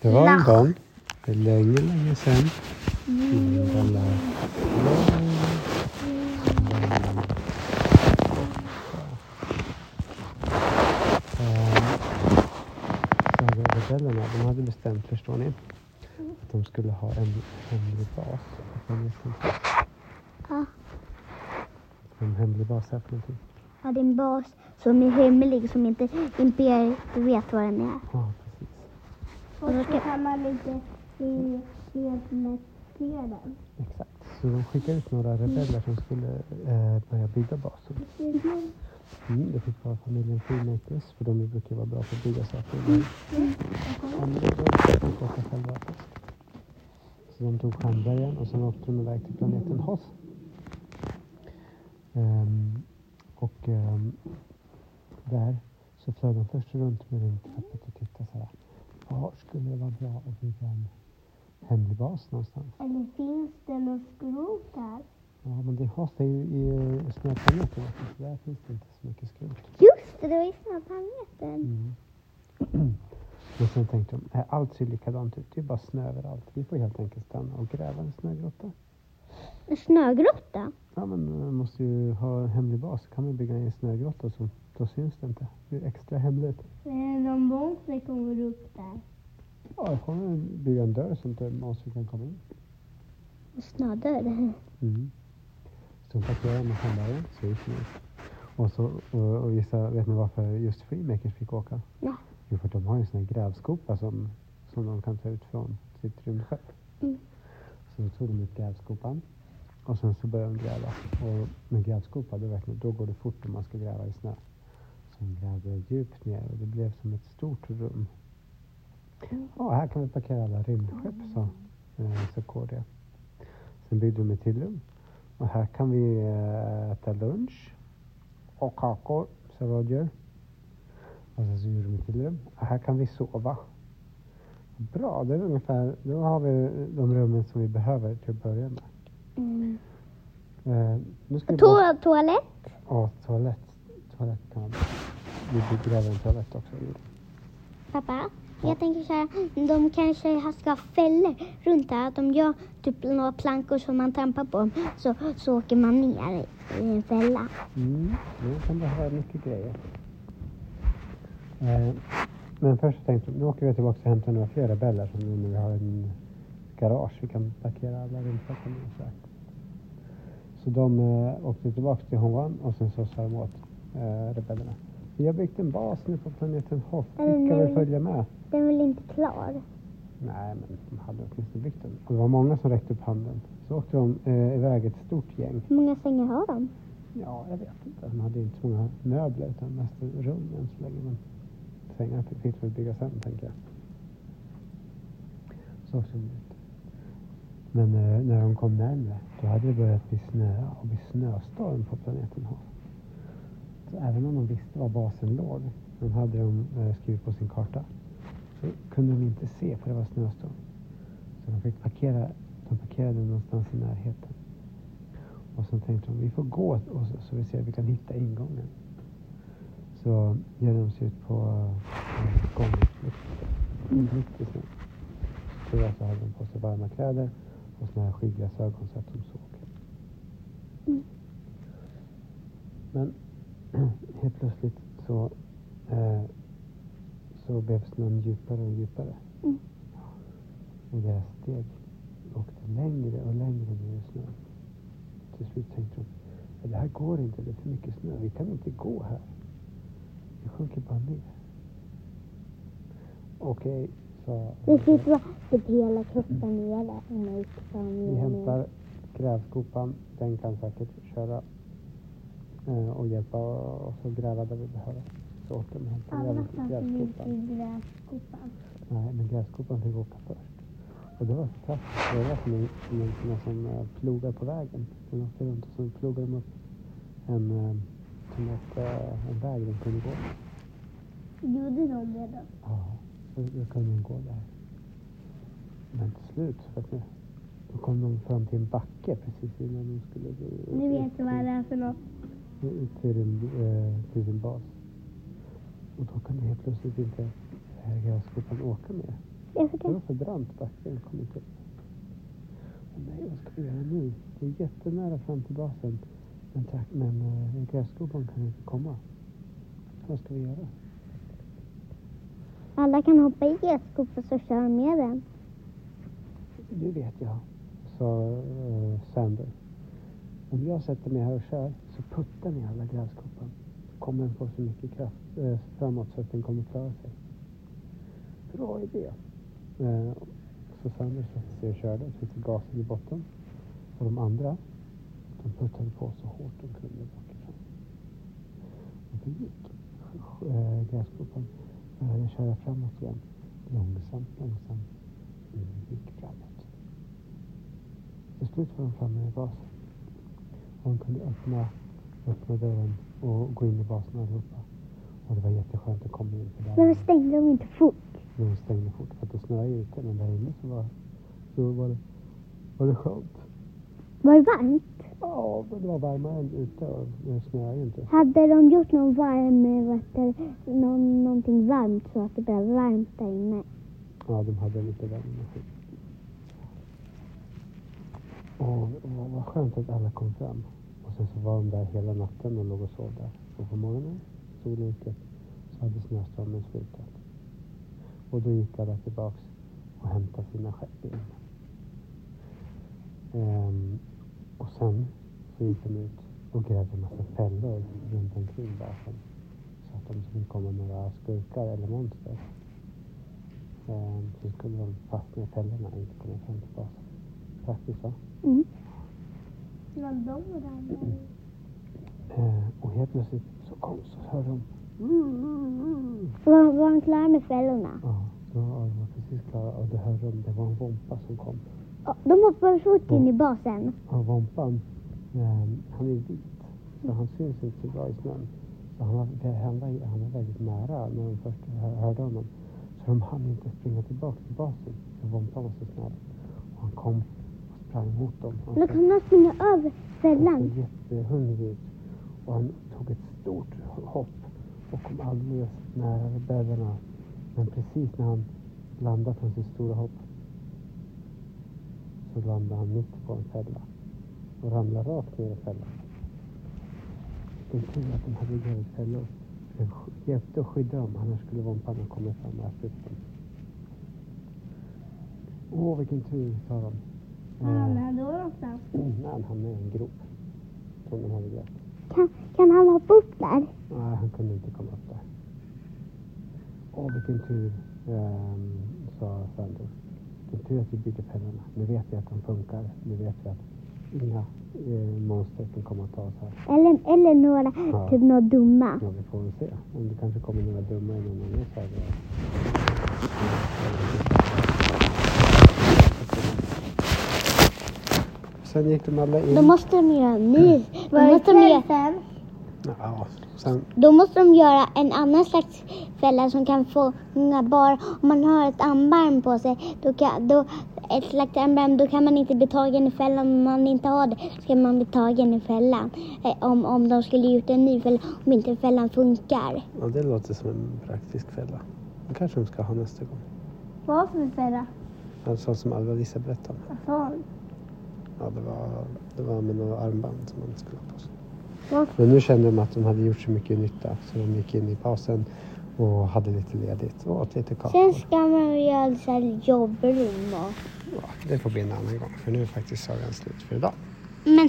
Det var en gång, för länge sedan. Rebellerna, de hade bestämt, förstår ni, att de skulle ha en hemlig bas på planeten. Ja. En hemlig bas här för någonting. Ja, det är en bas som är hemlig, som inte Imperiet vet vad den är. Ja, precis. Och då kan man inte penetrera den. Exakt. Så de skickade ut några rebeller som skulle börja bygga basen. Det fick vara familjen Freemakers, för de brukar vara bra på att bygga saker. Så de tog Stjärnbergen och sen åkte de iväg till planeten Hoth. Där så flög de först runt med rymdskeppet och tittade så här. Var skulle det vara bra att bygga en hemlig bas någonstans? Eller finns det något skrot här? Ja, men det Hoth är ju i snöplaneten. Så där finns det inte så mycket skrot. Just det, det var i snöplaneten. Och sen tänkte de, allt ser likadant ut. Det är bara snö överallt. Vi får helt enkelt stanna och gräva en snögrotta. En snögrotta? Ja, men man måste ju ha en hemlig bas. Kan man bygga en snögrotta så då syns det inte. Det är extra hemligt. Någon monster kommer upp där. Ja, jag kommer bygga en dörr så inte monster kan komma in. En snödörr? Så de parkerar med Stjärnbergen, så gick de ut. Och gissa, vet ni varför just Freemakers fick åka? Ja. Jo, för de har ju en sån här grävskopa som de kan ta ut från sitt rymdskepp. Så då tog de ut grävskopan. Och sen så började de gräva. Och med grävskopa, då går det fort om man ska gräva i snö. Så de grävde djupt ner och det blev som ett stort rum. Ja, här kan vi parkera alla rymdskepp, så KD. Sen byggde de ett till rum. Och här kan vi äta lunch. Och kakor, sa Roger. Och sen så gjorde de ett till rum. Och här kan vi sova. Bra, det är ungefär, då har vi de rummen som vi behöver till att börja med. Nu ska Toalett? Ja, toalett kan man. Vi gräver en toalett också. Pappa, jag tänker så här, de kanske ska ha fällor runt där. Att de gör typ några plankor som man trampar på. Så åker man ner i en fälla. Nu kan det ha mycket grejer. Men först tänkte jag, nu åker vi tillbaka och hämtar några fler rebeller som nu vi har en garage. Vi kan parkera alla rymdskeppen och så här. Så de åkte tillbaka till Honvan och sen så sa de åt rebellerna. Vi har byggt en bas nu på planeten Hoth. Vi ska väl följa med. Den är väl inte klar? Nej, men de hade åtminstone byggt den. Och det var många som räckte upp handen. Så åkte de iväg ett stort gäng. Hur många sängar har de? Ja, jag vet inte. De hade inte så många möbler utan mest rum än så länge. Men sängar fick vi bygga sen, tänker jag. Så åkte de ut. Men när de kom närmare, då hade det börjat bli snö och bli snöstorm på planeten Hoth. Så även om de visste var basen låg, de hade de skrivit på sin karta, så kunde de inte se för det var snöstorm. Så de fick parkerade någonstans i närheten. Och sen tänkte de, vi får gå så vi ser att vi kan hitta ingången. Så ger de sig ut på gången mitt i snön. Tyvärr så hade de på sig varma kläder och såna här skidglasögon så att de såg. Men helt plötsligt så blev snön djupare och djupare. Och deras steg åkte längre och längre ner i snön. Till slut tänkte de, det här går inte, det är för mycket snö. Vi kan inte gå här. Vi sjunker bara ner. Okej. Det sitter typ hela kroppen nere. Vi hämtar grävskopan. Den kan säkert köra och hjälpa oss att gräva där vi behöver. Så åker de och hämtar grävskopan. Nej, men grävskopan fick åka först. Och det var så kraftigt. Det var som plogar på vägen. Den åkte runt och så plogade de upp en väg de kunde gå. Gjorde de det då? Ja. Då kunde de gå där. Men till slut, då kom de fram till en backe precis innan de skulle gå. Nu vet du vad det är för något. Till sin bas. Och då kunde helt plötsligt inte grävskopan åka mer. Varför Det det? var för brant backen, kom inte upp. Nej, vad ska vi göra nu? Det är jättenära fram till basen. Men grävskopan kan inte komma. Vad ska vi göra? Alla kan hoppa i grävskopan så kör med den. Det vet jag, sa Sander. Om jag sätter mig här och kör så puttar ni alla grävskopan. Kommer den få så mycket kraft framåt så att den kommer klara sig. Bra idé. Så Sander satte sig och körde och tryckte gasen i botten. Och de andra, de puttade på så hårt de kunde bakifrån. Och då gick grävskopan började köra framåt igen. Långsamt. Gick framåt. Till slut var de framme i basen. Och de kunde öppna dörren och gå in i basen allihopa. Och det var jätteskönt att komma in för där. Men då stängde de inte fort. De stängde fort för att det snöade ute. Men där inne så var det skönt. Var det varmt? Ja, det var varmare än ute och det snöade ju inte. Hade de gjort någonting varmt så att det blev varmt där inne? Ja, de hade lite värme. Och vad skönt att alla kom fram. Och sen så var de där hela natten och låg och sov där. Och på morgonen, solen gick upp, så hade snöstormen slutat. Och då gick alla tillbaks och hämtade sina skepp igen. Och sen så gick de ut och grävde en massa fällor runt omkring basen. Så att om det skulle komma några skurkar eller monster så skulle de fastna i fällorna och inte komma fram till basen. Praktiskt, va? Mm. Men de var där. Och helt plötsligt så hörde de. Var de klara med fällorna? Ja, de var precis klara. Och det hörde de, det var en vompa som kom. Ja, de hoppade fort in i basen. Och vompan, han är vit. Så han syns inte så bra i snön. Så han var väldigt nära när de först hörde honom. Så de hann inte springa tillbaka till basen. För vompan var så snabb. Och han kom och sprang mot dem. Då kan man springa över fällan. Han såg jättehungrig ut. Och han tog ett stort hopp. Och kom alldeles nära rebellerna. Men precis när han landade från sitt stora hopp så landade han mitt på en fälla. Och ramlade rakt ner i fällan. Det tur att de hade grävt fällor. Det hjälpte att skydda dem. Annars skulle vompan komma fram och äta upp dem. Åh, vilken tur, sa de. Men då någonstans. Nej, han hamnade i en grop. Som de hade grävt. Kan han hoppa upp där? Nej, han kunde inte komma upp där. Åh, vilken tur, sa Sander. Vilken tur att vi byggde fällorna. Nu vet vi att de funkar. Nu vet vi att inga monster kan komma och ta oss här. Eller några, typ några dumma. Ja, vi får väl se. Om det kanske kommer några dumma i någon annan saga. Sen gick de alla in. Då måste de göra en ny. Ja, sen. Då måste de göra en annan slags fälla som kan fånga bara om man har ett armband på sig. Ett slags armband, då kan man inte bli tagen i fällan. Om man inte har det så kan man bli tagen i fällan. Om de skulle gjort en ny fälla, om inte fällan funkar. Ja, det låter som en praktisk fälla. Det kanske de ska ha nästa gång. Vad för fälla? Alltså som Alva-Lisa berättade om. Alltså, Ja, det var med några armband som man skulle ha på sig. Varför? Men nu kände de att de hade gjort så mycket nytta. Så de gick in i pausen och hade lite ledigt och åt lite kakor. Sen ska man göra så här jobbrum och... Ja, det får bli en annan gång. För nu är faktiskt sagan slut för idag. Men